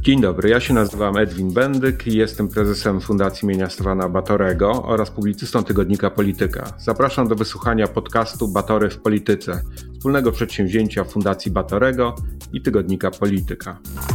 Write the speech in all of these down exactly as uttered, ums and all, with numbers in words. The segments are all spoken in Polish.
Dzień dobry, ja się nazywam Edwin Bendyk i jestem prezesem Fundacji imienia Stefana Batorego oraz publicystą tygodnika Polityka. Zapraszam do wysłuchania podcastu Batory w Polityce, wspólnego przedsięwzięcia Fundacji Batorego i tygodnika Polityka.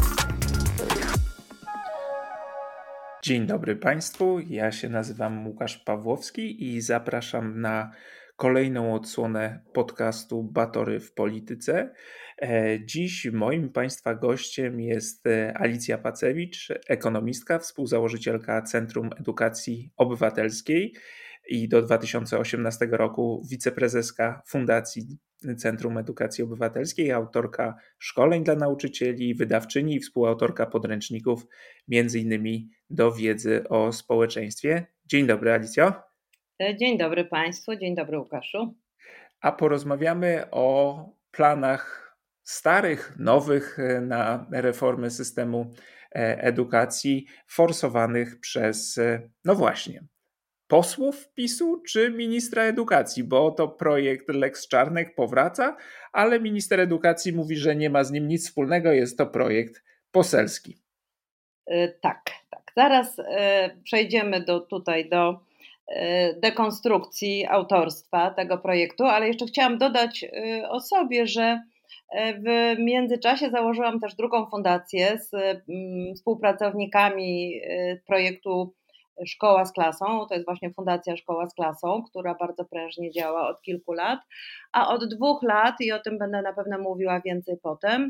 Dzień dobry Państwu, ja się nazywam Łukasz Pawłowski i zapraszam na kolejną odsłonę podcastu Batory w Polityce. Dziś moim Państwa gościem jest Alicja Pacewicz, ekonomistka, współzałożycielka Centrum Edukacji Obywatelskiej i do dwa tysiące osiemnastego roku wiceprezeska Fundacji Centrum Edukacji Obywatelskiej, autorka szkoleń dla nauczycieli, wydawczyni i współautorka podręczników między innymi do wiedzy o społeczeństwie. Dzień dobry, Alicjo. Dzień dobry Państwu, dzień dobry Łukaszu. A porozmawiamy o planach starych, nowych na reformę systemu edukacji forsowanych przez, no właśnie, posłów PiSu czy ministra edukacji, bo to projekt Lex Czarnek powraca, ale minister edukacji mówi, że nie ma z nim nic wspólnego, jest to projekt poselski. Tak, tak. Zaraz przejdziemy do, tutaj do dekonstrukcji autorstwa tego projektu, ale jeszcze chciałam dodać o sobie, że w międzyczasie założyłam też drugą fundację z współpracownikami projektu Szkoła z klasą, to jest właśnie Fundacja Szkoła z klasą, która bardzo prężnie działa od kilku lat, a od dwóch lat, i o tym będę na pewno mówiła więcej potem,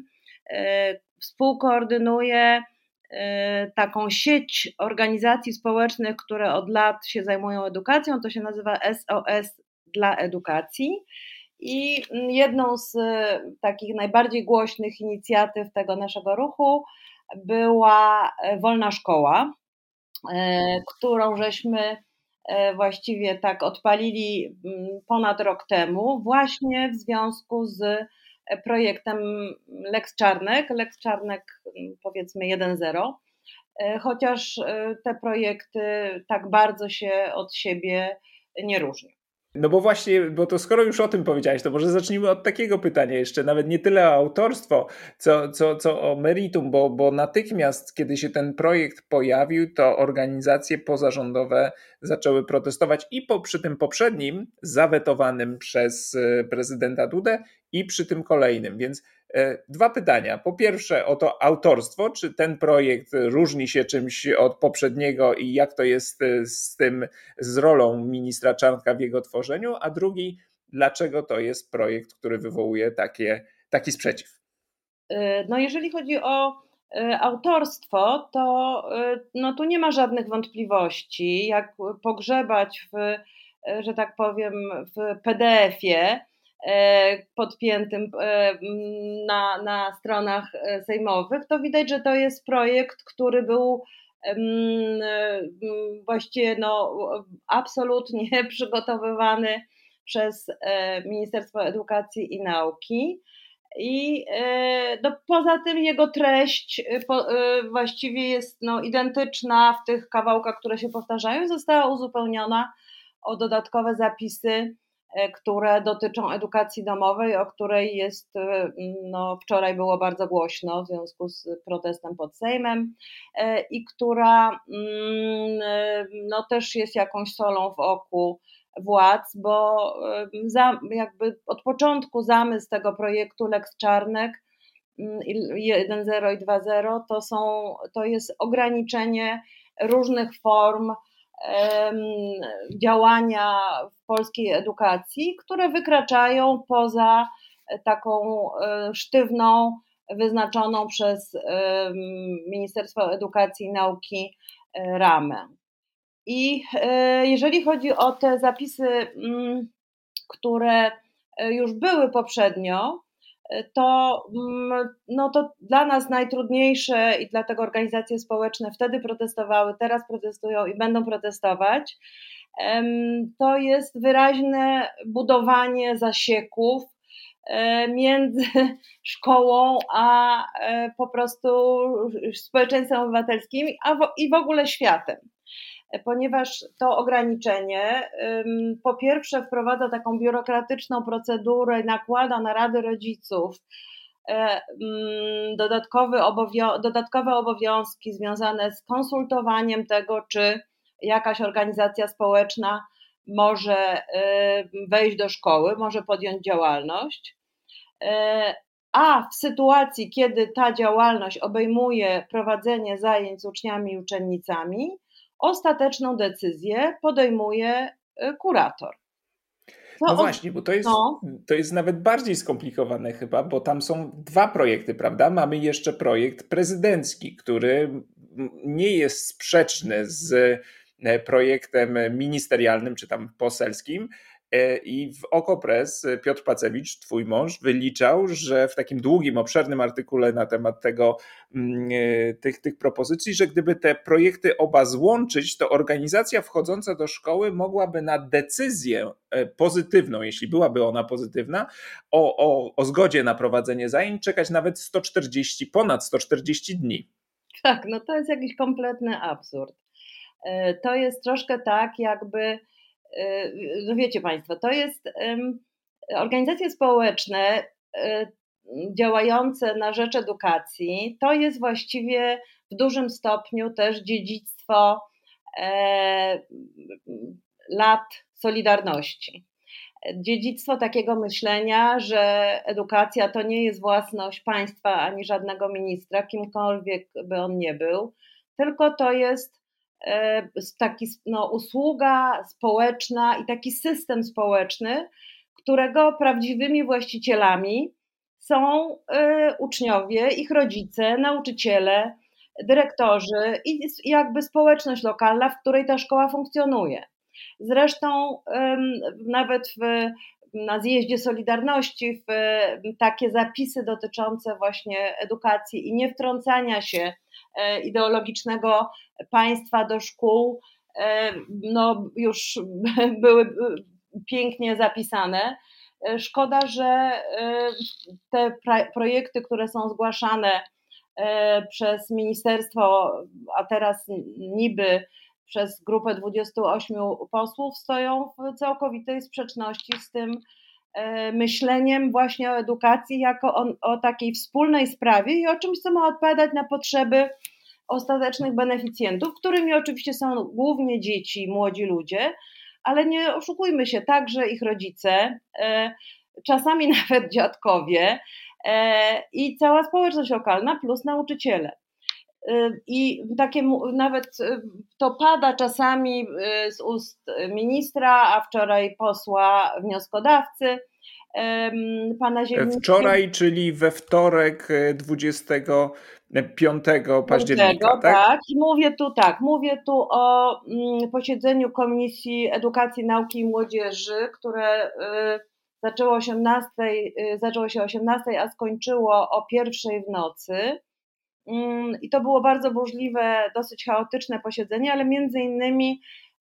współkoordynuję taką sieć organizacji społecznych, które od lat się zajmują edukacją, to się nazywa S O S dla edukacji i jedną z takich najbardziej głośnych inicjatyw tego naszego ruchu była Wolna Szkoła, którą żeśmy właściwie tak odpalili ponad rok temu, właśnie w związku z projektem Lex Czarnek, Lex Czarnek powiedzmy jeden zero, chociaż te projekty tak bardzo się od siebie nie różnią. No bo właśnie, bo to skoro już o tym powiedziałeś, to może zacznijmy od takiego pytania jeszcze, nawet nie tyle o autorstwo, co, co, co o meritum, bo, bo natychmiast, kiedy się ten projekt pojawił, to organizacje pozarządowe zaczęły protestować i po, przy tym poprzednim, zawetowanym przez prezydenta Dudę, i przy tym kolejnym, więc e, dwa pytania. Po pierwsze o to autorstwo, czy ten projekt różni się czymś od poprzedniego i jak to jest z tym, z rolą ministra Czarnka w jego tworzeniu, a drugi, dlaczego to jest projekt, który wywołuje takie, taki sprzeciw? No jeżeli chodzi o autorstwo, to no, tu nie ma żadnych wątpliwości, jak pogrzebać w, że tak powiem, w P D F-ie, podpiętym na, na stronach sejmowych, to widać, że to jest projekt, który był właściwie no, absolutnie przygotowywany przez Ministerstwo Edukacji i Nauki. I no, poza tym jego treść po, właściwie jest no, identyczna w tych kawałkach, które się powtarzają, została uzupełniona o dodatkowe zapisy, które dotyczą edukacji domowej, o której jest, no, wczoraj było bardzo głośno w związku z protestem pod Sejmem i która no, też jest jakąś solą w oku władz, bo za, jakby od początku zamysł tego projektu Lex Czarnek jeden zero i dwa zero to są, to jest ograniczenie różnych form działania w polskiej edukacji, które wykraczają poza taką sztywną, wyznaczoną przez Ministerstwo Edukacji i Nauki ramę. I jeżeli chodzi o te zapisy, które już były poprzednio, to, no to dla nas najtrudniejsze i dlatego organizacje społeczne wtedy protestowały, teraz protestują i będą protestować, to jest wyraźne budowanie zasieków między szkołą a po prostu społeczeństwem obywatelskim a w, i w ogóle światem. Ponieważ to ograniczenie po pierwsze wprowadza taką biurokratyczną procedurę, nakłada na rady rodziców dodatkowe, obowią- dodatkowe obowiązki związane z konsultowaniem tego, czy jakaś organizacja społeczna może wejść do szkoły, może podjąć działalność. A w sytuacji, kiedy ta działalność obejmuje prowadzenie zajęć z uczniami i uczennicami, ostateczną decyzję podejmuje kurator. To no właśnie, bo to jest, no. to jest nawet bardziej skomplikowane chyba, bo tam są dwa projekty, prawda? Mamy jeszcze projekt prezydencki, który nie jest sprzeczny z projektem ministerialnym czy tam poselskim. I w Okopres Piotr Pacewicz, twój mąż, wyliczał, że w takim długim, obszernym artykule na temat tego, tych, tych propozycji, że gdyby te projekty oba złączyć, to organizacja wchodząca do szkoły mogłaby na decyzję pozytywną, jeśli byłaby ona pozytywna, o, o, o zgodzie na prowadzenie zajęć czekać nawet sto czterdzieści, ponad sto czterdzieści dni. Tak, no to jest jakiś kompletny absurd. To jest troszkę tak, jakby no wiecie Państwo, to jest um, organizacje społeczne um, działające na rzecz edukacji, to jest właściwie w dużym stopniu też dziedzictwo e, lat Solidarności. Dziedzictwo takiego myślenia, że edukacja to nie jest własność państwa ani żadnego ministra, kimkolwiek by on nie był, tylko to jest taki no, usługa społeczna i taki system społeczny, którego prawdziwymi właścicielami są y, uczniowie, ich rodzice, nauczyciele, dyrektorzy i jakby społeczność lokalna, w której ta szkoła funkcjonuje. Zresztą y, nawet w, na zjeździe Solidarności w, y, takie zapisy dotyczące właśnie edukacji i niewtrącania się ideologicznego państwa do szkół no już były pięknie zapisane. Szkoda, że te projekty, które są zgłaszane przez ministerstwo, a teraz niby przez grupę dwudziestu ośmiu posłów, stoją w całkowitej sprzeczności z tym myśleniem właśnie o edukacji jako o, o takiej wspólnej sprawie i o czymś, co ma odpowiadać na potrzeby ostatecznych beneficjentów, którymi oczywiście są głównie dzieci, młodzi ludzie, ale nie oszukujmy się, także ich rodzice, czasami nawet dziadkowie i cała społeczność lokalna plus nauczyciele. I takie nawet to pada czasami z ust ministra, a wczoraj posła wnioskodawcy, pana Zielińskiego. Wczoraj, czyli we wtorek dwudziestego piątego października, tak? Tak, i mówię tu tak, mówię tu o posiedzeniu Komisji Edukacji, Nauki i Młodzieży, które zaczęło, osiemnastej, zaczęło się o osiemnastej, a skończyło o pierwszej w nocy. I to było bardzo burzliwe, dosyć chaotyczne posiedzenie, ale między innymi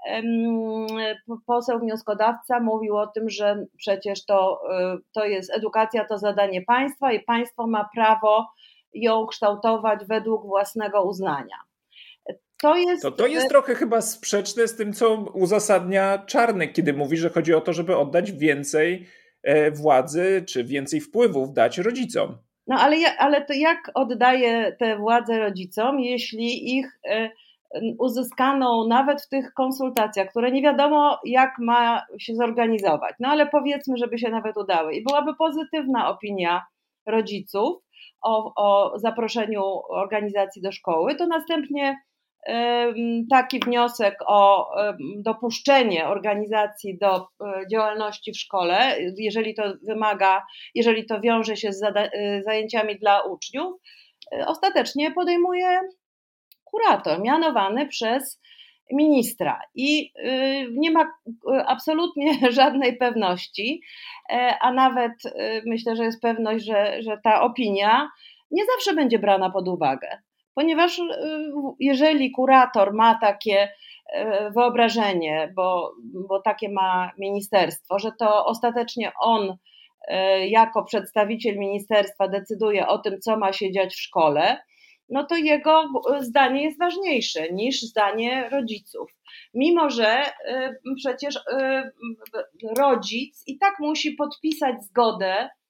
poseł wnioskodawca mówił o tym, że przecież to, to jest edukacja, to zadanie państwa i państwo ma prawo ją kształtować według własnego uznania. To jest, to, to jest trochę chyba sprzeczne z tym, co uzasadnia Czarnek, kiedy mówi, że chodzi o to, żeby oddać więcej władzy czy więcej wpływów dać rodzicom. No ale, ale to jak oddaje tę władzę rodzicom, jeśli ich uzyskaną nawet w tych konsultacjach, które nie wiadomo jak ma się zorganizować, no ale powiedzmy, żeby się nawet udały i byłaby pozytywna opinia rodziców o, o zaproszeniu organizacji do szkoły, to następnie taki wniosek o dopuszczenie organizacji do działalności w szkole, jeżeli to wymaga, jeżeli to wiąże się z zajęciami dla uczniów, ostatecznie podejmuje kurator mianowany przez ministra i nie ma absolutnie żadnej pewności, a nawet myślę, że jest pewność, że, że ta opinia nie zawsze będzie brana pod uwagę. Ponieważ jeżeli kurator ma takie wyobrażenie, bo, bo takie ma ministerstwo, że to ostatecznie on jako przedstawiciel ministerstwa decyduje o tym, co ma się dziać w szkole, no to jego zdanie jest ważniejsze niż zdanie rodziców. Mimo że przecież rodzic i tak musi podpisać zgodę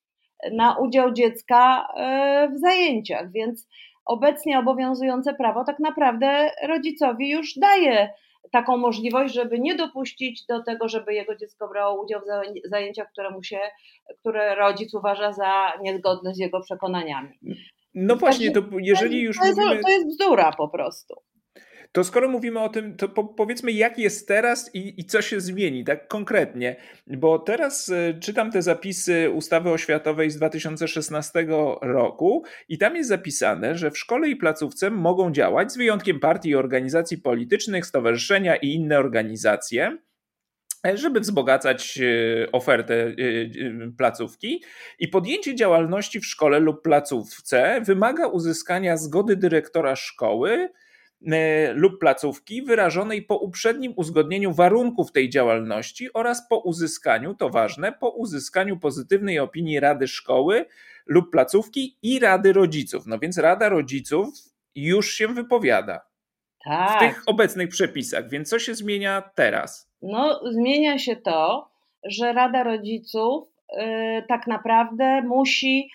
na udział dziecka w zajęciach, więc obecnie obowiązujące prawo tak naprawdę rodzicowi już daje taką możliwość, żeby nie dopuścić do tego, żeby jego dziecko brało udział w zajęciach, które mu się, które rodzic uważa za niezgodne z jego przekonaniami. No właśnie, to jeżeli już to jest, mówimy... To jest bzdura po prostu. To skoro mówimy o tym, to po, powiedzmy jak jest teraz i, i co się zmieni, tak konkretnie, bo teraz y, czytam te zapisy ustawy oświatowej z dwa tysiące szesnastego roku i tam jest zapisane, że w szkole i placówce mogą działać, z wyjątkiem partii i organizacji politycznych, stowarzyszenia i inne organizacje, żeby wzbogacać ofertę placówki i podjęcie działalności w szkole lub placówce wymaga uzyskania zgody dyrektora szkoły lub placówki wyrażonej po uprzednim uzgodnieniu warunków tej działalności oraz po uzyskaniu, to ważne, po uzyskaniu pozytywnej opinii Rady Szkoły lub placówki i Rady Rodziców. No więc Rada Rodziców już się wypowiada tak. w tych obecnych przepisach, więc co się zmienia teraz? No zmienia się to, że Rada Rodziców yy, tak naprawdę musi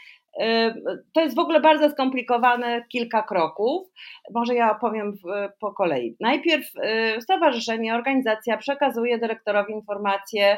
To jest w ogóle bardzo skomplikowane, kilka kroków. Może ja opowiem po kolei. Najpierw stowarzyszenie, organizacja przekazuje dyrektorowi informacje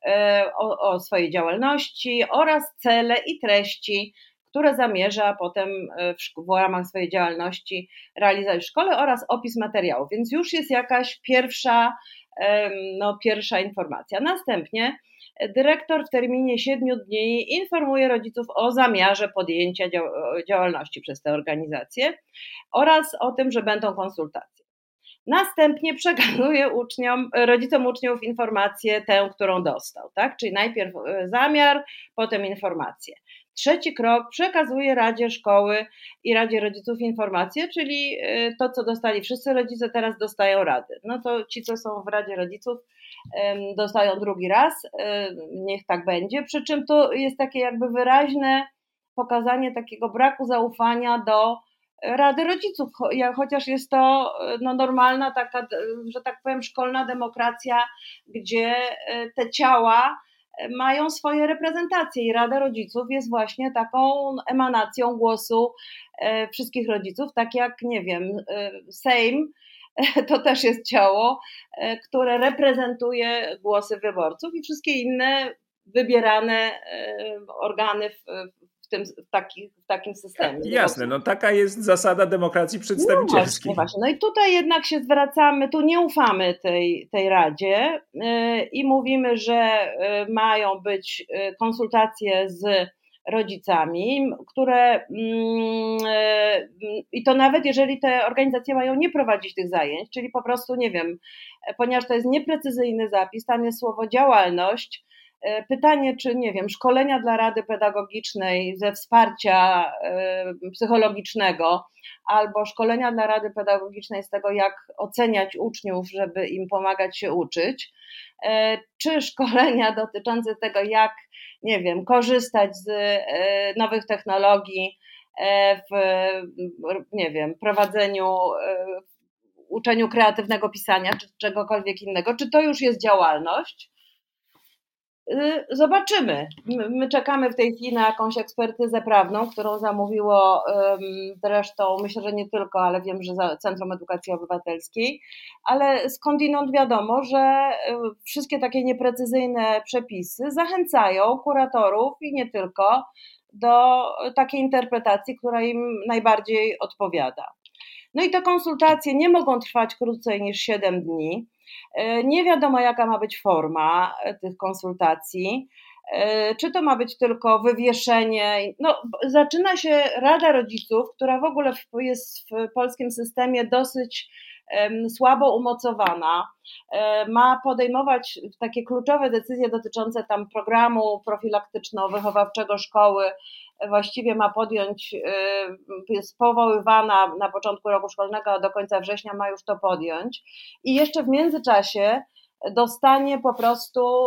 o, o swojej działalności oraz cele i treści, które zamierza potem w, w ramach swojej działalności realizować w szkole oraz opis materiału. Więc już jest jakaś pierwsza, no, pierwsza informacja. Następnie dyrektor w terminie siedmiu dni informuje rodziców o zamiarze podjęcia działalności przez tę organizację oraz o tym, że będą konsultacje. Następnie przekazuje uczniom, rodzicom uczniów informację tę, którą dostał, tak? Czyli najpierw zamiar, potem informacje. Trzeci krok, przekazuje Radzie Szkoły i Radzie Rodziców informacje, czyli to, co dostali wszyscy rodzice, teraz dostają rady. No to ci, co są w Radzie Rodziców, dostają drugi raz, niech tak będzie, przy czym to jest takie jakby wyraźne pokazanie takiego braku zaufania do Rady Rodziców, chociaż jest to no, normalna taka, że tak powiem, szkolna demokracja, gdzie te ciała mają swoje reprezentacje i Rada Rodziców jest właśnie taką emanacją głosu wszystkich rodziców, tak jak, nie wiem, Sejm to też jest ciało, które reprezentuje głosy wyborców i wszystkie inne wybierane organy w, w, tym, w, taki, w takim systemie. Tak, jasne, no taka jest zasada demokracji przedstawicielskiej. No właśnie, właśnie. No i tutaj jednak się zwracamy, tu nie ufamy tej, tej Radzie i mówimy, że mają być konsultacje z rodzicami, które i to nawet jeżeli te organizacje mają nie prowadzić tych zajęć, czyli po prostu, nie wiem, ponieważ to jest nieprecyzyjny zapis, tam jest słowo działalność, pytanie, czy, nie wiem, szkolenia dla Rady Pedagogicznej ze wsparcia psychologicznego albo szkolenia dla Rady Pedagogicznej z tego, jak oceniać uczniów, żeby im pomagać się uczyć, czy szkolenia dotyczące tego, jak, nie wiem, korzystać z nowych technologii w, nie wiem, prowadzeniu, uczeniu kreatywnego pisania, czy czegokolwiek innego, czy to już jest działalność? Zobaczymy. My czekamy w tej chwili na jakąś ekspertyzę prawną, którą zamówiło zresztą, myślę, że nie tylko, ale wiem, że Centrum Edukacji Obywatelskiej, ale skądinąd wiadomo, że wszystkie takie nieprecyzyjne przepisy zachęcają kuratorów i nie tylko do takiej interpretacji, która im najbardziej odpowiada. No i te konsultacje nie mogą trwać krócej niż siedem dni. Nie wiadomo, jaka ma być forma tych konsultacji. Czy to ma być tylko wywieszenie? No, zaczyna się Rada Rodziców, która w ogóle jest w polskim systemie dosyć słabo umocowana. Ma podejmować takie kluczowe decyzje dotyczące tam programu profilaktyczno-wychowawczego szkoły. Właściwie ma podjąć, jest powoływana na początku roku szkolnego, a do końca września ma już to podjąć. I jeszcze w międzyczasie dostanie po prostu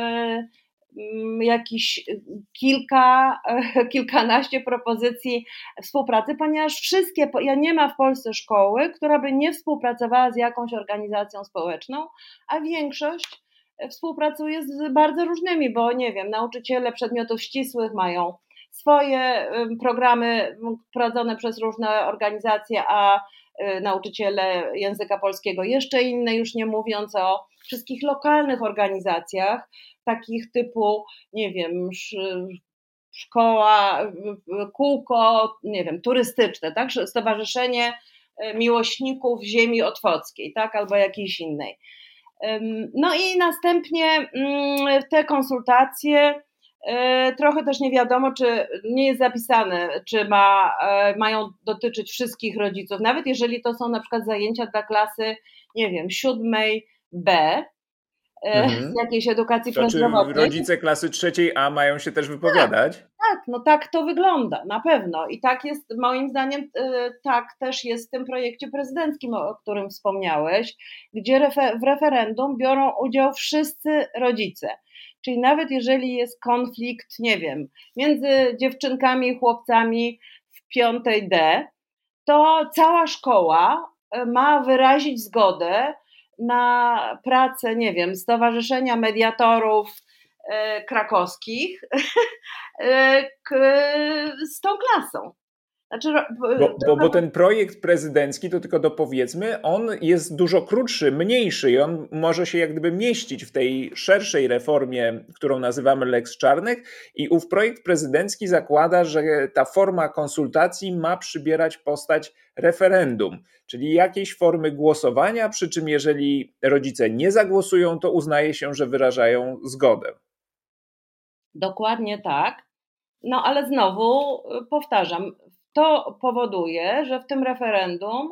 jakieś kilka, kilkanaście propozycji współpracy, ponieważ wszystkie, ja nie ma w Polsce szkoły, która by nie współpracowała z jakąś organizacją społeczną, a większość współpracuje z bardzo różnymi, bo nie wiem, nauczyciele przedmiotów ścisłych mają swoje programy prowadzone przez różne organizacje, a nauczyciele języka polskiego jeszcze inne, już nie mówiąc o wszystkich lokalnych organizacjach, takich typu, nie wiem, szkoła, kółko, nie wiem, turystyczne, tak? Stowarzyszenie Miłośników Ziemi Otwockiej, tak? Albo jakiejś innej. No i następnie te konsultacje, trochę też nie wiadomo, czy nie jest zapisane, czy ma, mają dotyczyć wszystkich rodziców, nawet jeżeli to są na przykład zajęcia dla klasy, nie wiem, siódmej B, Mhm. z jakiejś edukacji To czy prozdrowotnej. rodzice klasy trzeciej A mają się też wypowiadać? Tak, tak, no tak to wygląda, na pewno. I tak jest, moim zdaniem, tak też jest w tym projekcie prezydenckim, o którym wspomniałeś, gdzie refer- w referendum biorą udział wszyscy rodzice. Czyli nawet jeżeli jest konflikt, nie wiem, między dziewczynkami i chłopcami w piątej D, to cała szkoła ma wyrazić zgodę na pracę, nie wiem, Stowarzyszenia Mediatorów Krakowskich z tą klasą. Znaczy, bo, bo, bo ten projekt prezydencki, to tylko dopowiedzmy, on jest dużo krótszy, mniejszy i on może się jak gdyby mieścić w tej szerszej reformie, którą nazywamy Lex Czarnek, i ów projekt prezydencki zakłada, że ta forma konsultacji ma przybierać postać referendum, czyli jakiejś formy głosowania, przy czym jeżeli rodzice nie zagłosują, to uznaje się, że wyrażają zgodę. Dokładnie tak. No ale znowu powtarzam, to powoduje, że w tym referendum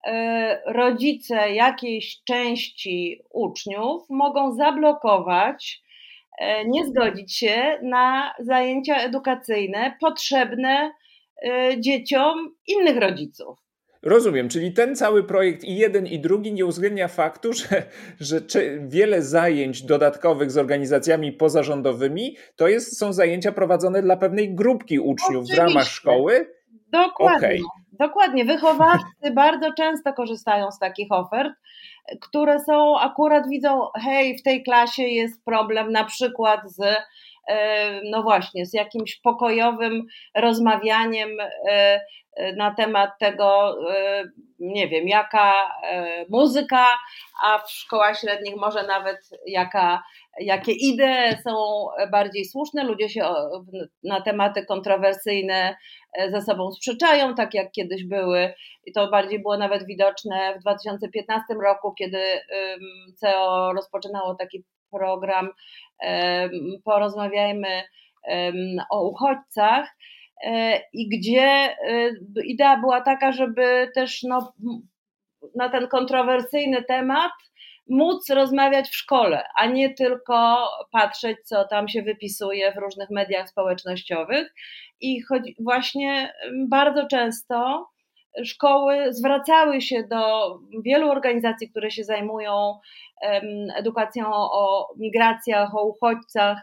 rodzice jakiejś części uczniów mogą zablokować, nie zgodzić się na zajęcia edukacyjne potrzebne dzieciom innych rodziców. Rozumiem, czyli ten cały projekt i jeden i drugi nie uwzględnia faktu, że, że wiele zajęć dodatkowych z organizacjami pozarządowymi to jest, są zajęcia prowadzone dla pewnej grupki uczniów Oczywiście. w ramach szkoły. Dokładnie, okay. dokładnie. Wychowawcy bardzo często korzystają z takich ofert, które są akurat widzą, hej, w tej klasie jest problem na przykład z, no właśnie, z jakimś pokojowym rozmawianiem na temat tego, nie wiem, jaka muzyka, a w szkołach średnich może nawet jaka, jakie idee są bardziej słuszne. Ludzie się na tematy kontrowersyjne ze sobą sprzeczają, tak jak kiedyś były, i to bardziej było nawet widoczne w dwa tysiące piętnastym roku, kiedy C E O rozpoczynało taki program Porozmawiajmy o uchodźcach, i gdzie idea była taka, żeby też no, na ten kontrowersyjny temat móc rozmawiać w szkole, a nie tylko patrzeć, co tam się wypisuje w różnych mediach społecznościowych. I chodzi, właśnie bardzo często szkoły zwracały się do wielu organizacji, które się zajmują edukacją o migracjach, o uchodźcach,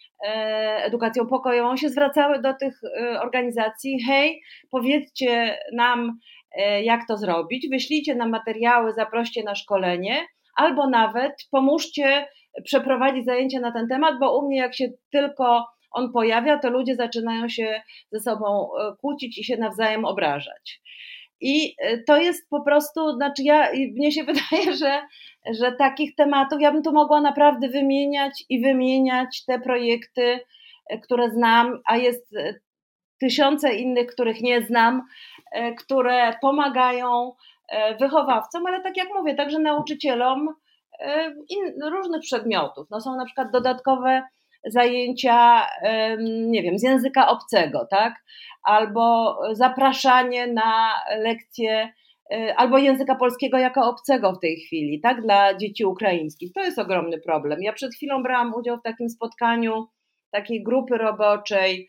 edukacją pokojową, się zwracały do tych organizacji, hej, powiedzcie nam, jak to zrobić, wyślijcie nam materiały, zaproście na szkolenie, albo nawet pomóżcie przeprowadzić zajęcia na ten temat, bo u mnie jak się tylko on pojawia, to ludzie zaczynają się ze sobą kłócić i się nawzajem obrażać. I to jest po prostu, znaczy ja, mnie się wydaje, że, że takich tematów ja bym tu mogła naprawdę wymieniać i wymieniać te projekty, które znam, a jest tysiące innych, których nie znam, które pomagają wychowawcom, ale tak jak mówię, także nauczycielom in, różnych przedmiotów. No są na przykład dodatkowe zajęcia, nie wiem, z języka obcego, tak? Albo zapraszanie na lekcje, albo języka polskiego jako obcego w tej chwili, tak? Dla dzieci ukraińskich. To jest ogromny problem. Ja przed chwilą brałam udział w takim spotkaniu takiej grupy roboczej.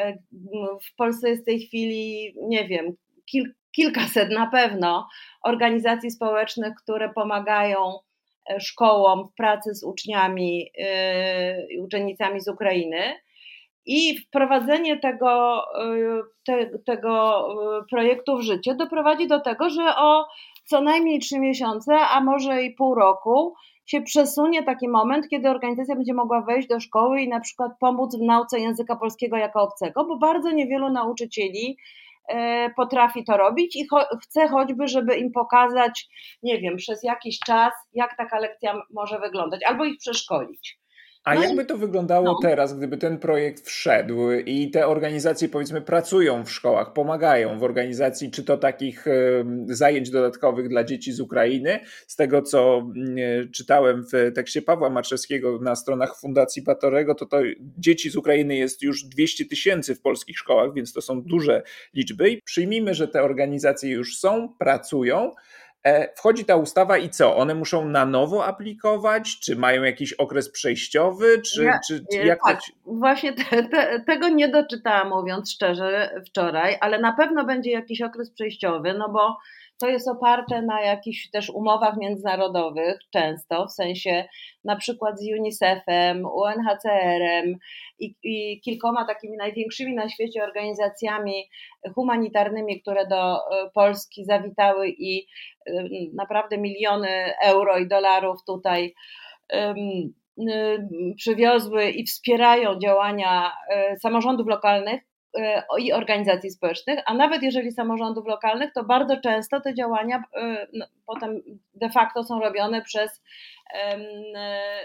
W Polsce jest w tej chwili, nie wiem, kil, kilkaset na pewno organizacji społecznych, które pomagają szkołom w pracy z uczniami i uczennicami z Ukrainy. I wprowadzenie tego, te, tego projektu w życie doprowadzi do tego, że o co najmniej trzy miesiące, a może i pół roku się przesunie taki moment, kiedy organizacja będzie mogła wejść do szkoły i na przykład pomóc w nauce języka polskiego jako obcego, bo bardzo niewielu nauczycieli potrafi to robić i cho- chce choćby, żeby im pokazać, nie wiem, przez jakiś czas, jak taka lekcja może wyglądać, albo ich przeszkolić. A No i- jakby to wyglądało no. teraz, gdyby ten projekt wszedł i te organizacje, powiedzmy, pracują w szkołach, pomagają w organizacji, czy to takich em, zajęć dodatkowych dla dzieci z Ukrainy? Z tego, co mm, czytałem w tekście Pawła Marczewskiego na stronach Fundacji Batorego, to, to dzieci z Ukrainy jest już dwieście tysięcy w polskich szkołach, więc to są duże liczby. I przyjmijmy, że te organizacje już są, pracują. E, Wchodzi ta ustawa i co? One muszą na nowo aplikować? Czy mają jakiś okres przejściowy? Czy, Ja- czy, czy e, jak tak, to ci- Właśnie te, te, tego nie doczytałam, mówiąc szczerze, wczoraj, ale na pewno będzie jakiś okres przejściowy, no bo to jest oparte na jakichś też umowach międzynarodowych często, w sensie na przykład z UNICEF-em, U N H C R-em i, i kilkoma takimi największymi na świecie organizacjami humanitarnymi, które do e, Polski zawitały i e, naprawdę miliony euro i dolarów tutaj em, y, przywiozły i wspierają działania e, samorządów lokalnych e, i organizacji społecznych, a nawet jeżeli samorządów lokalnych, to bardzo często te działania e, no, potem de facto są robione przez em, e,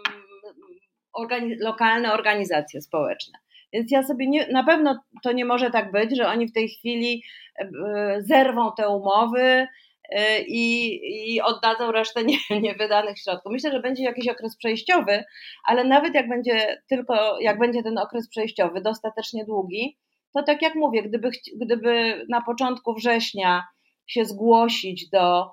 organi- lokalne organizacje społeczne. Więc ja sobie nie, na pewno to nie może tak być, że oni w tej chwili e, zerwą te umowy i, i oddadzą resztę nie, niewydanych środków. Myślę, że będzie jakiś okres przejściowy, ale nawet jak będzie tylko, jak będzie ten okres przejściowy dostatecznie długi, to tak jak mówię, gdyby, gdyby na początku września się zgłosić do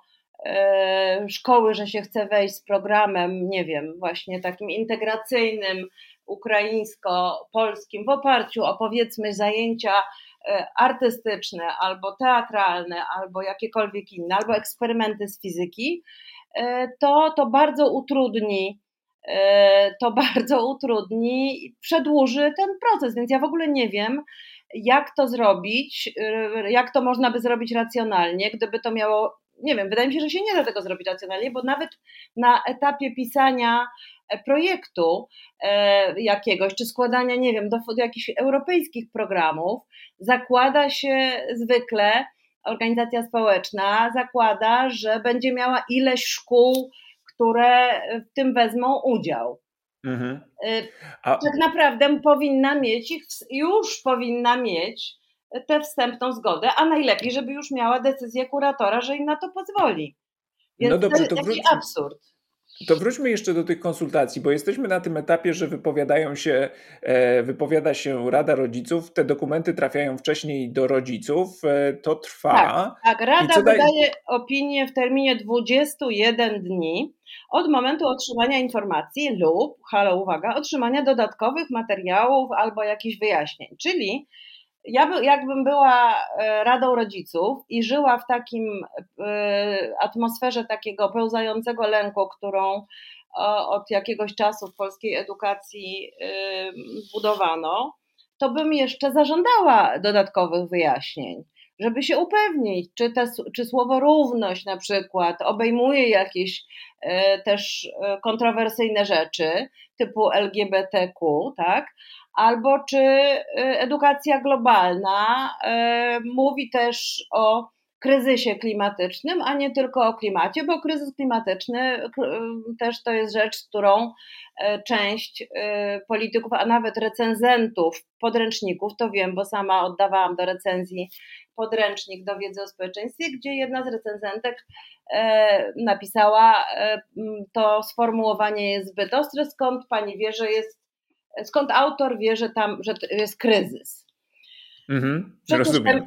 e, szkoły, że się chce wejść z programem, nie wiem, właśnie takim integracyjnym, ukraińsko-polskim w oparciu o, powiedzmy, zajęcia artystyczne, albo teatralne, albo jakiekolwiek inne, albo eksperymenty z fizyki, to, to bardzo utrudni to bardzo utrudni i przedłuży ten proces, więc ja w ogóle nie wiem, jak to zrobić, jak to można by zrobić racjonalnie, gdyby to miało, nie wiem, wydaje mi się, że się nie da tego zrobić racjonalnie, bo nawet na etapie pisania projektu jakiegoś, czy składania, nie wiem, do, do jakichś europejskich programów, zakłada się zwykle, organizacja społeczna zakłada, że będzie miała ileś szkół, które w tym wezmą udział. Mhm. A... Tak naprawdę powinna mieć, już powinna mieć tę wstępną zgodę, a najlepiej, żeby już miała decyzję kuratora, że im na to pozwoli. Więc no dobrze, to jest to taki wróć... absurd. To wróćmy jeszcze do tych konsultacji, bo jesteśmy na tym etapie, że wypowiadają się, wypowiada się Rada Rodziców, te dokumenty trafiają wcześniej do rodziców, to trwa. Tak, tak. Rada wydaje daj... opinię w terminie dwudziestu jeden dni od momentu otrzymania informacji lub, halo uwaga, otrzymania dodatkowych materiałów albo jakichś wyjaśnień, czyli ja by, jakbym była Radą Rodziców i żyła w takim atmosferze takiego pełzającego lęku, którą od jakiegoś czasu w polskiej edukacji zbudowano, to bym jeszcze zażądała dodatkowych wyjaśnień, żeby się upewnić, czy, te, czy słowo równość na przykład obejmuje jakieś też kontrowersyjne rzeczy typu L G B T Q, tak? Albo czy edukacja globalna mówi też o kryzysie klimatycznym, a nie tylko o klimacie, bo kryzys klimatyczny też to jest rzecz, z którą część polityków, a nawet recenzentów podręczników, to wiem, bo sama oddawałam do recenzji podręcznik do wiedzy o społeczeństwie, gdzie jedna z recenzentek napisała, to sformułowanie jest zbyt ostre, skąd pani wie, że jest skąd autor wie, że tam że jest kryzys. Mhm, rozumiem.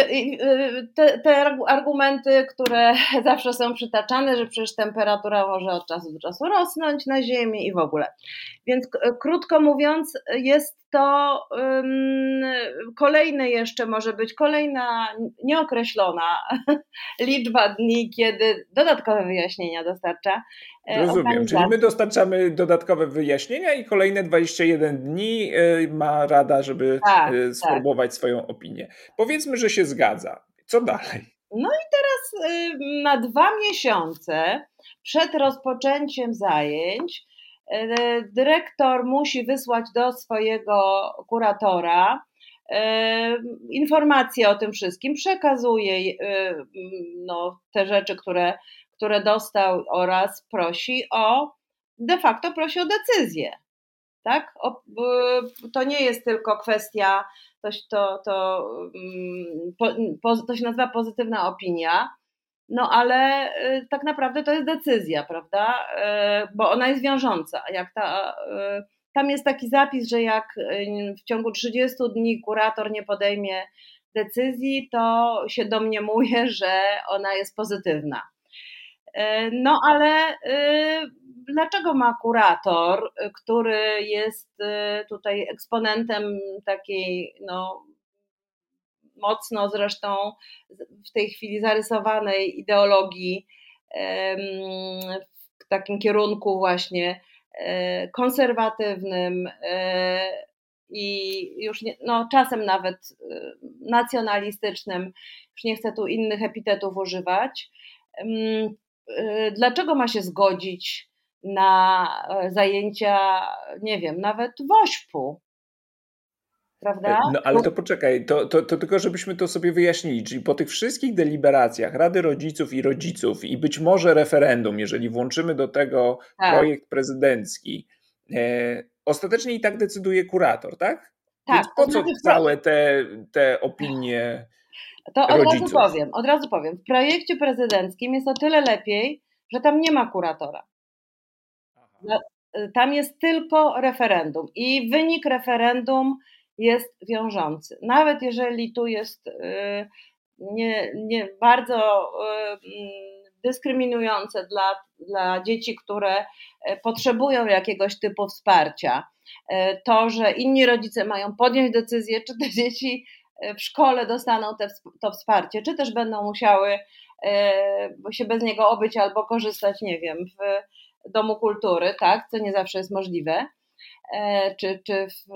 Te, te argumenty, które zawsze są przytaczane, że przecież temperatura może od czasu do czasu rosnąć na Ziemi i w ogóle. Więc krótko mówiąc, jest to um, kolejny jeszcze może być kolejna nieokreślona liczba dni, kiedy dodatkowe wyjaśnienia dostarcza. Rozumiem, czyli my dostarczamy dodatkowe wyjaśnienia i kolejne dwadzieścia jeden dni ma Rada, żeby tak, sformułować tak. swoją opinię. Powiedzmy, że się zgadza. Co dalej? No i teraz na dwa miesiące przed rozpoczęciem zajęć dyrektor musi wysłać do swojego kuratora informacje o tym wszystkim, przekazuje no, te rzeczy, które, które dostał oraz prosi o, de facto prosi o decyzję. Tak? O, to nie jest tylko kwestia, to, to, to, to się nazywa pozytywna opinia, no ale tak naprawdę to jest decyzja, prawda? Bo ona jest wiążąca. Jak ta, tam jest taki zapis, że jak w ciągu trzydziestu dni kurator nie podejmie decyzji, to się domniemuje, że ona jest pozytywna. No ale dlaczego ma kurator, który jest tutaj eksponentem takiej no, mocno zresztą w tej chwili zarysowanej ideologii w takim kierunku właśnie konserwatywnym i już nie, no, czasem nawet nacjonalistycznym, już nie chcę tu innych epitetów używać. Dlaczego ma się zgodzić na zajęcia, nie wiem, nawet wośpu? Prawda? No ale to poczekaj, to, to, to tylko żebyśmy to sobie wyjaśnili, czyli po tych wszystkich deliberacjach Rady Rodziców i Rodziców i być może referendum, jeżeli włączymy do tego tak. projekt prezydencki, e, ostatecznie i tak decyduje kurator, tak? Tak. Więc po co całe te, te opinie To od rodziców? razu powiem, od razu powiem, w projekcie prezydenckim jest o tyle lepiej, że tam nie ma kuratora. Aha. Tam jest tylko referendum i wynik referendum jest wiążący. Nawet jeżeli tu jest nie, nie bardzo dyskryminujące dla, dla dzieci, które potrzebują jakiegoś typu wsparcia, to, że inni rodzice mają podjąć decyzję, czy te dzieci w szkole dostaną te, to wsparcie, czy też będą musiały się bez niego obyć albo korzystać, nie wiem, w Domu Kultury, tak, co nie zawsze jest możliwe, czy, czy w,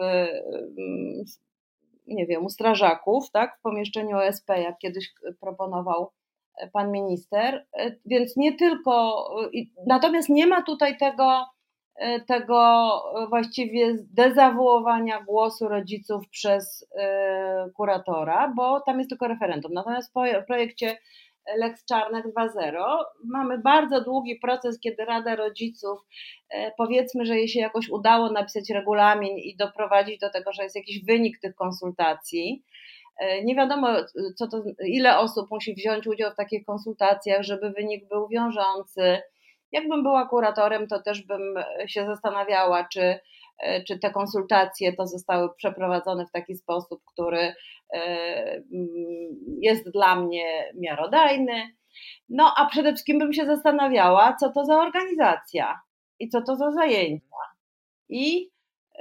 nie wiem, u strażaków, tak, w pomieszczeniu O S P, jak kiedyś proponował pan minister, więc nie tylko, natomiast nie ma tutaj tego, tego właściwie dezawuowania głosu rodziców przez kuratora, bo tam jest tylko referendum. Natomiast w projekcie Lex Czarnek dwa zero mamy bardzo długi proces, kiedy Rada Rodziców, powiedzmy, że jej się jakoś udało napisać regulamin i doprowadzić do tego, że jest jakiś wynik tych konsultacji. Nie wiadomo, co to, ile osób musi wziąć udział w takich konsultacjach, żeby wynik był wiążący. Jakbym była kuratorem, to też bym się zastanawiała, czy, czy te konsultacje to zostały przeprowadzone w taki sposób, który jest dla mnie miarodajny. No a przede wszystkim bym się zastanawiała, co to za organizacja i co to za zajęcia. I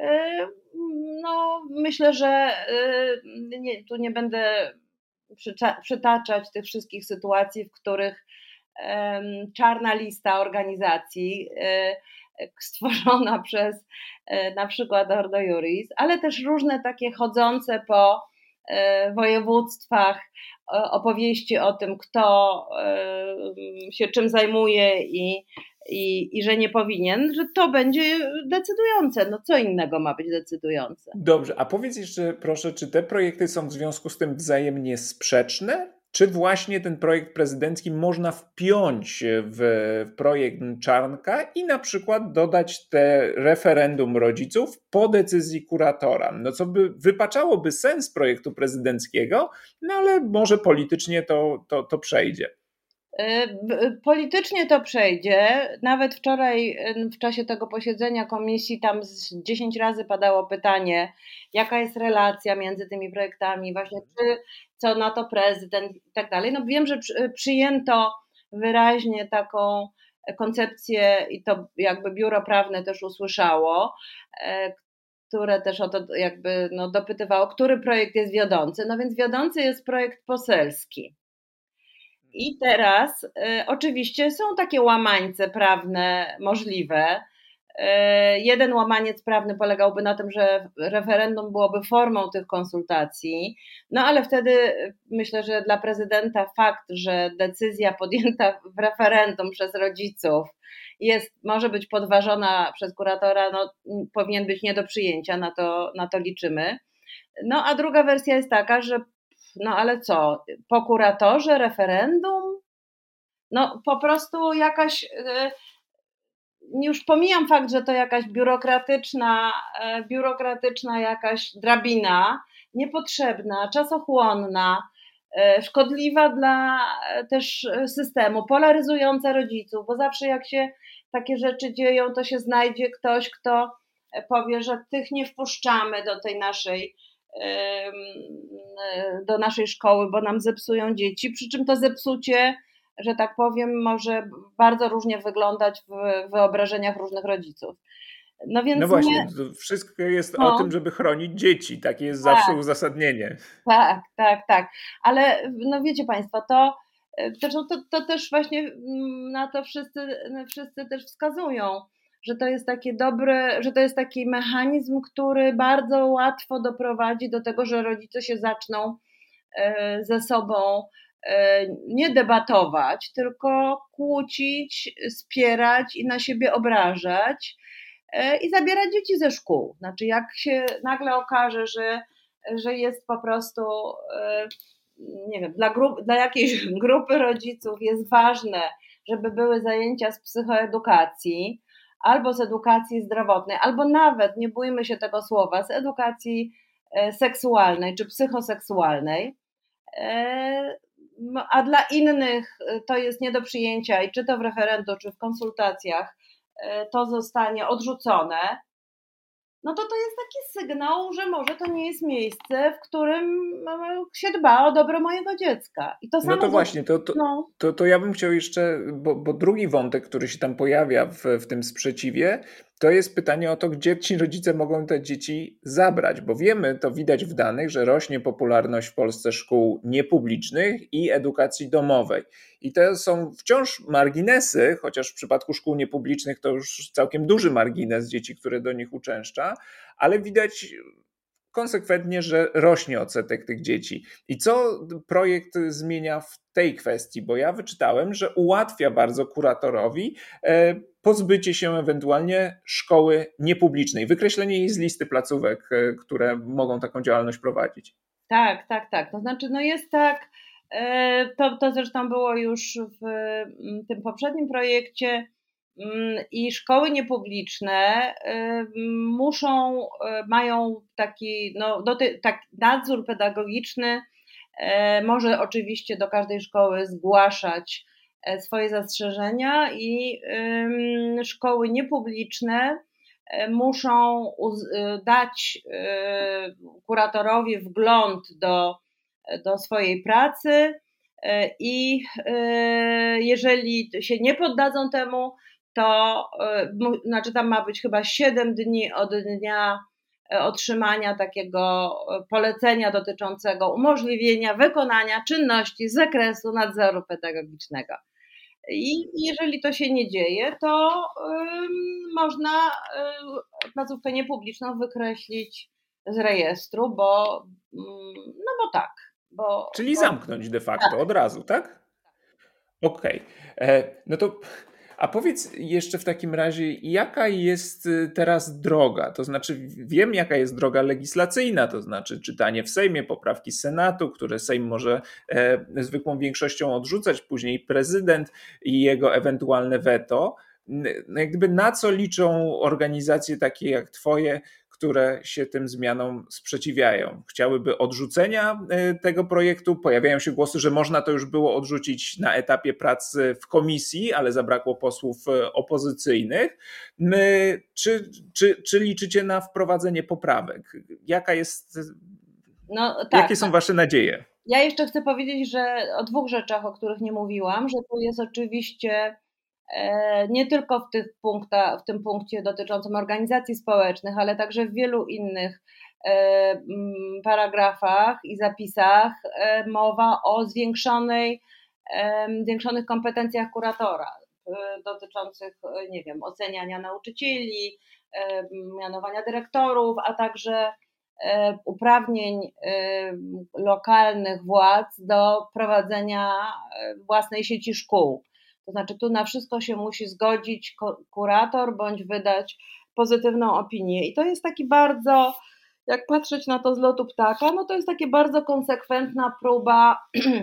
no, myślę, że nie, tu nie będę przytaczać tych wszystkich sytuacji, w których czarna lista organizacji stworzona przez na przykład Ordo Iuris, ale też różne takie chodzące po województwach opowieści o tym, kto się czym zajmuje i, i, i że nie powinien, że to będzie decydujące. No co innego ma być decydujące? Dobrze, a powiedz jeszcze proszę, czy te projekty są w związku z tym wzajemnie sprzeczne? Czy właśnie ten projekt prezydencki można wpiąć w projekt Czarnka i na przykład dodać te referendum rodziców po decyzji kuratora? No co by wypaczałoby sens projektu prezydenckiego, no ale może politycznie to, to, to przejdzie. Politycznie to przejdzie. Nawet wczoraj w czasie tego posiedzenia komisji tam z dziesięć razy padało pytanie, jaka jest relacja między tymi projektami, właśnie czy co na to prezydent i tak dalej. No wiem, że przyjęto wyraźnie taką koncepcję i to jakby biuro prawne też usłyszało, które też o to jakby no dopytywało, który projekt jest wiodący. No więc wiodący jest projekt poselski. I teraz y, oczywiście są takie łamańce prawne możliwe, Jeden łamaniec prawny polegałby na tym, że referendum byłoby formą tych konsultacji, no ale wtedy myślę, że dla prezydenta fakt, że decyzja podjęta w referendum przez rodziców jest, może być podważona przez kuratora, no, powinien być nie do przyjęcia, na to, na to liczymy. No a druga wersja jest taka, że no ale co, po kuratorze referendum? No po prostu jakaś... Już pomijam fakt, że to jakaś biurokratyczna, biurokratyczna jakaś drabina, niepotrzebna, czasochłonna, szkodliwa dla też systemu, polaryzująca rodziców, bo zawsze jak się takie rzeczy dzieją, to się znajdzie ktoś, kto powie, że tych nie wpuszczamy do tej naszej, do naszej szkoły, bo nam zepsują dzieci, przy czym to zepsucie, że tak powiem, może bardzo różnie wyglądać w wyobrażeniach różnych rodziców. No, więc no właśnie, nie... to wszystko jest no. o tym, żeby chronić dzieci. Takie jest tak. zawsze uzasadnienie. Tak, tak, tak. Ale no wiecie Państwo, to, to, to, to też właśnie na to wszyscy, wszyscy też wskazują, że to jest takie dobre, że to jest taki mechanizm, który bardzo łatwo doprowadzi do tego, że rodzice się zaczną ze sobą nie debatować, tylko kłócić, spierać i na siebie obrażać i zabierać dzieci ze szkół. Znaczy jak się nagle okaże, że, że jest po prostu, nie wiem, dla, grup, dla jakiejś grupy rodziców jest ważne, żeby były zajęcia z psychoedukacji albo z edukacji zdrowotnej, albo nawet, nie bójmy się tego słowa, z edukacji seksualnej czy psychoseksualnej, a dla innych to jest nie do przyjęcia i czy to w referendum, czy w konsultacjach to zostanie odrzucone, no to to jest taki sygnał, że może to nie jest miejsce, w którym się dba o dobro mojego dziecka. I to samo no to właśnie, to, to, no. to, to ja bym chciał jeszcze, bo, bo drugi wątek, który się tam pojawia w, w tym sprzeciwie, to jest pytanie o to, gdzie ci rodzice mogą te dzieci zabrać, bo wiemy, to widać w danych, że rośnie popularność w Polsce szkół niepublicznych i edukacji domowej. I to są wciąż marginesy, chociaż w przypadku szkół niepublicznych to już całkiem duży margines dzieci, które do nich uczęszcza, ale widać konsekwentnie, że rośnie odsetek tych dzieci. I co projekt zmienia w tej kwestii? Bo ja wyczytałem, że ułatwia bardzo kuratorowi pozbycie się ewentualnie szkoły niepublicznej, wykreślenie jej z listy placówek, które mogą taką działalność prowadzić. Tak, tak, tak. To znaczy, no jest tak, to, to zresztą było już w tym poprzednim projekcie, i szkoły niepubliczne muszą, mają taki, no, doty, tak, nadzór pedagogiczny, może oczywiście do każdej szkoły zgłaszać swoje zastrzeżenia i szkoły niepubliczne muszą dać kuratorowi wgląd do, do swojej pracy i jeżeli się nie poddadzą temu, to znaczy tam ma być chyba siedem dni od dnia otrzymania takiego polecenia dotyczącego umożliwienia wykonania czynności z zakresu nadzoru pedagogicznego. I jeżeli to się nie dzieje, to um, można um, placówkę niepubliczną wykreślić z rejestru, bo no bo tak. Bo, Czyli bo... zamknąć de facto tak. Od razu, tak? Okej. Okay. No to a powiedz jeszcze w takim razie, jaka jest teraz droga? To znaczy wiem, jaka jest droga legislacyjna, to znaczy czytanie w Sejmie, poprawki z Senatu, które Sejm może e, zwykłą większością odrzucać, później prezydent i jego ewentualne weto. No jakby na co liczą organizacje takie jak twoje, które się tym zmianom sprzeciwiają? Chciałyby odrzucenia tego projektu? Pojawiają się głosy, że można to już było odrzucić na etapie prac w komisji, ale zabrakło posłów opozycyjnych. My, czy, czy, czy liczycie na wprowadzenie poprawek? Jaka jest, no, tak, jakie są tak. wasze nadzieje? Ja jeszcze chcę powiedzieć, że o dwóch rzeczach, o których nie mówiłam, że tu jest oczywiście nie tylko w, tych punktach, w tym punkcie dotyczącym organizacji społecznych, ale także w wielu innych paragrafach i zapisach mowa o zwiększonej, zwiększonych kompetencjach kuratora. dotyczących, nie wiem, oceniania nauczycieli, mianowania dyrektorów, a także uprawnień lokalnych władz do prowadzenia własnej sieci szkół. To znaczy tu na wszystko się musi zgodzić kurator bądź wydać pozytywną opinię. I to jest taki bardzo, jak patrzeć na to z lotu ptaka, no to jest takie bardzo konsekwentna próba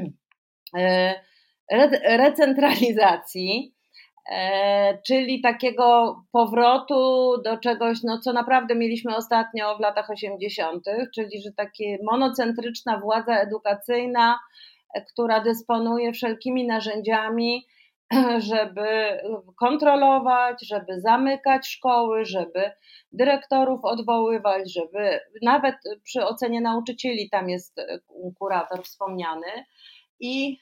recentralizacji, czyli takiego powrotu do czegoś, no co naprawdę mieliśmy ostatnio w latach osiemdziesiątych, czyli że taka monocentryczna władza edukacyjna, która dysponuje wszelkimi narzędziami, żeby kontrolować, żeby zamykać szkoły, żeby dyrektorów odwoływać, żeby nawet przy ocenie nauczycieli tam jest kurator wspomniany. I,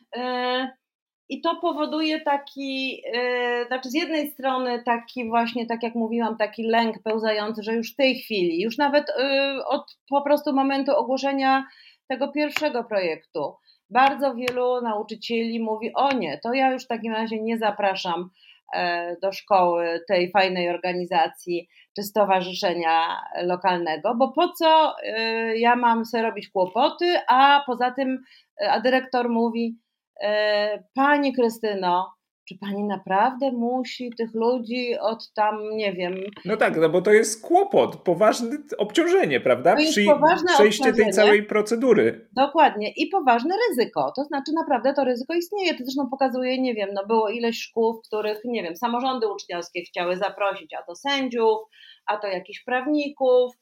i to powoduje taki, znaczy z jednej strony taki właśnie, tak jak mówiłam, taki lęk pełzający, że już w tej chwili, już nawet od po prostu momentu ogłoszenia tego pierwszego projektu, bardzo wielu nauczycieli mówi: o nie, to ja już w takim razie nie zapraszam do szkoły tej fajnej organizacji czy stowarzyszenia lokalnego, bo po co ja mam sobie robić kłopoty, a poza tym a dyrektor mówi: Pani Krystyno, czy pani naprawdę musi tych ludzi od tam, nie wiem... No tak, no bo to jest kłopot, poważne obciążenie, prawda? To jest Przy, poważne przejście obciążenie. tej całej procedury. Dokładnie i poważne ryzyko, to znaczy naprawdę to ryzyko istnieje, to zresztą pokazuje, nie wiem, no było ileś szkół, w których, nie wiem, samorządy uczniowskie chciały zaprosić a to sędziów, a to jakichś prawników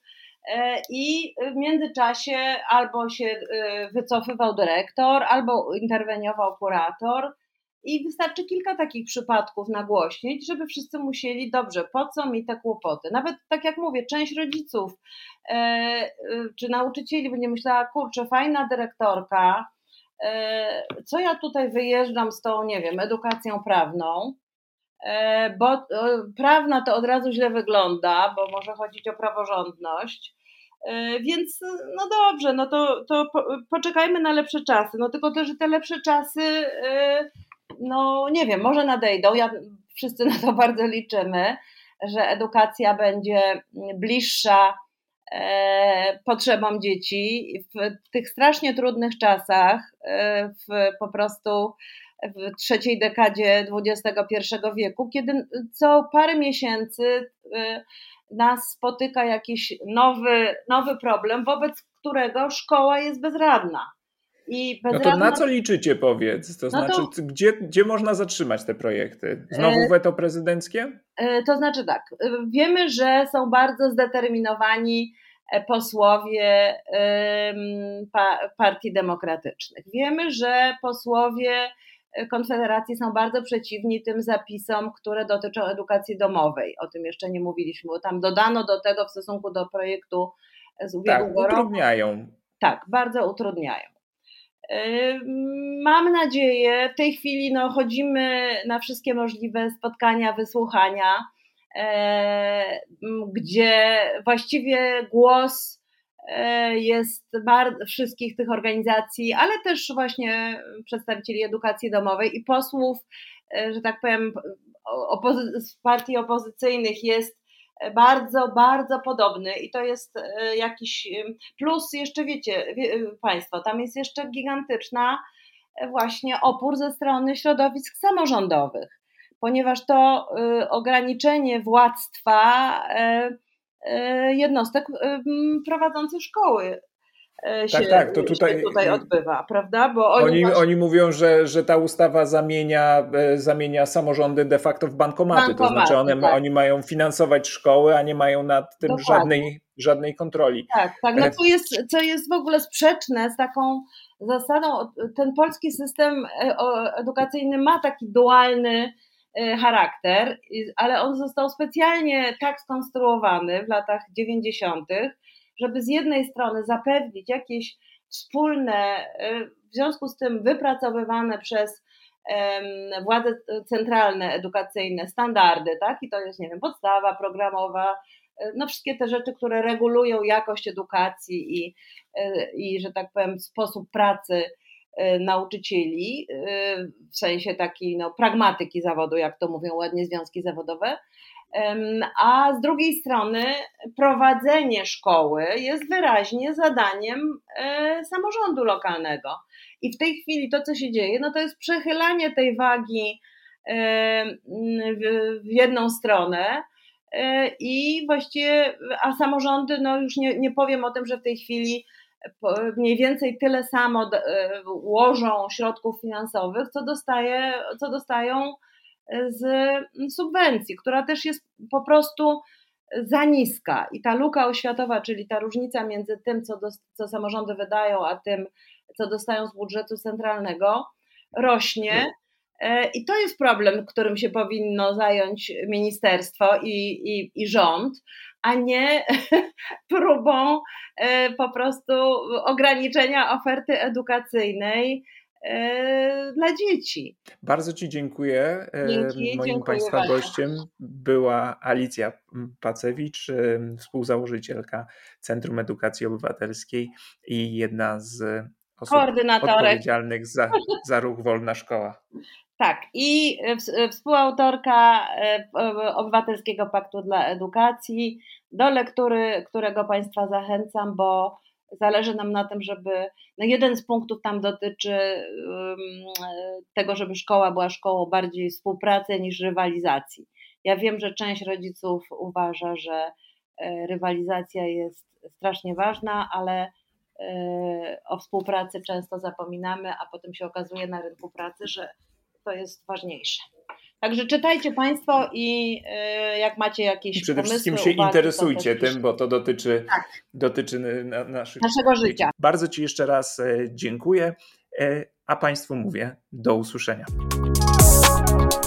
i w międzyczasie albo się wycofywał dyrektor, albo interweniował kurator. I wystarczy kilka takich przypadków nagłośnić, żeby wszyscy musieli, dobrze, po co mi te kłopoty? Nawet tak jak mówię, część rodziców e, czy nauczycieli będzie myślała: kurczę, fajna dyrektorka, e, co ja tutaj wyjeżdżam z tą, nie wiem, edukacją prawną, e, bo e, prawna to od razu źle wygląda, bo może chodzić o praworządność. Więc no dobrze, no to, to po, poczekajmy na lepsze czasy. No tylko to, że te lepsze czasy, no nie wiem, może nadejdą. Ja, wszyscy na to bardzo liczymy, że edukacja będzie bliższa potrzebom dzieci w tych strasznie trudnych czasach, w, po prostu w trzeciej dekadzie dwudziestego pierwszego wieku, kiedy co parę miesięcy nas spotyka jakiś nowy, nowy problem, wobec którego szkoła jest bezradna. I bezradna... No to na co liczycie, powiedz? To no znaczy, to... Gdzie, gdzie można zatrzymać te projekty? Znowu weto prezydenckie? To znaczy tak, wiemy, że są bardzo zdeterminowani posłowie partii demokratycznych. Wiemy, że posłowie Konfederacji są bardzo przeciwni tym zapisom, które dotyczą edukacji domowej. O tym jeszcze nie mówiliśmy, bo tam dodano do tego w stosunku do projektu z ubiegłego roku. Tak, utrudniają. Tak, bardzo utrudniają. Mam nadzieję, w tej chwili no, chodzimy na wszystkie możliwe spotkania, wysłuchania, gdzie właściwie głos jest bardzo wszystkich tych organizacji, ale też właśnie przedstawicieli edukacji domowej i posłów, że tak powiem, opozy- z partii opozycyjnych jest bardzo, bardzo podobny i to jest jakiś plus, jeszcze wiecie Państwo, tam jest jeszcze gigantyczna właśnie opór ze strony środowisk samorządowych, ponieważ to ograniczenie władztwa jednostek prowadzących szkoły się, tak, tak, to tutaj, się tutaj odbywa, prawda? Bo oni, oni, właśnie... oni mówią, że, że ta ustawa zamienia, zamienia samorządy de facto w bankomaty, bankomaty to znaczy one, tak. Oni mają finansować szkoły, a nie mają nad tym żadnej, żadnej kontroli. Tak, tak, no to jest, co jest w ogóle sprzeczne z taką zasadą, ten polski system edukacyjny ma taki dualny charakter, ale on został specjalnie tak skonstruowany w latach dziewięćdziesiątych, żeby z jednej strony zapewnić jakieś wspólne, w związku z tym wypracowywane przez władze centralne edukacyjne standardy, tak? I to jest, nie wiem, podstawa programowa, no wszystkie te rzeczy, które regulują jakość edukacji i, i że tak powiem, sposób pracy nauczycieli, w sensie takiej no, pragmatyki zawodu, jak to mówią ładnie związki zawodowe, a z drugiej strony prowadzenie szkoły jest wyraźnie zadaniem samorządu lokalnego. I w tej chwili to, co się dzieje, no to jest przechylanie tej wagi w jedną stronę i właściwie, a samorządy, no już nie, nie powiem o tym, że w tej chwili mniej więcej tyle samo łożą środków finansowych, co, dostaje, co dostają z subwencji, która też jest po prostu za niska. I ta luka oświatowa, czyli ta różnica między tym, co, do, co samorządy wydają, a tym, co dostają z budżetu centralnego, rośnie. I to jest problem, którym się powinno zająć ministerstwo i, i, i rząd, a nie próbą po prostu ograniczenia oferty edukacyjnej dla dzieci. Bardzo Ci dziękuję. Dzięki, Moim dziękuję Państwa bardzo. gościem była Alicja Pacewicz, współzałożycielka Centrum Edukacji Obywatelskiej i jedna z osób odpowiedzialnych za, za ruch Wolna Szkoła. Tak, i współautorka Obywatelskiego Paktu dla Edukacji, do lektury, którego Państwa zachęcam, bo zależy nam na tym, żeby, no jeden z punktów tam dotyczy tego, żeby szkoła była szkołą bardziej współpracy niż rywalizacji. Ja wiem, że część rodziców uważa, że rywalizacja jest strasznie ważna, ale o współpracy często zapominamy, a potem się okazuje na rynku pracy, że to jest ważniejsze. Także czytajcie Państwo i jak macie jakieś I przede pomysły, wszystkim się uwagi, interesujcie to tym, bo to dotyczy, tak. dotyczy na, naszych naszego dzieci. życia. Bardzo Ci jeszcze raz dziękuję, a Państwu mówię do usłyszenia.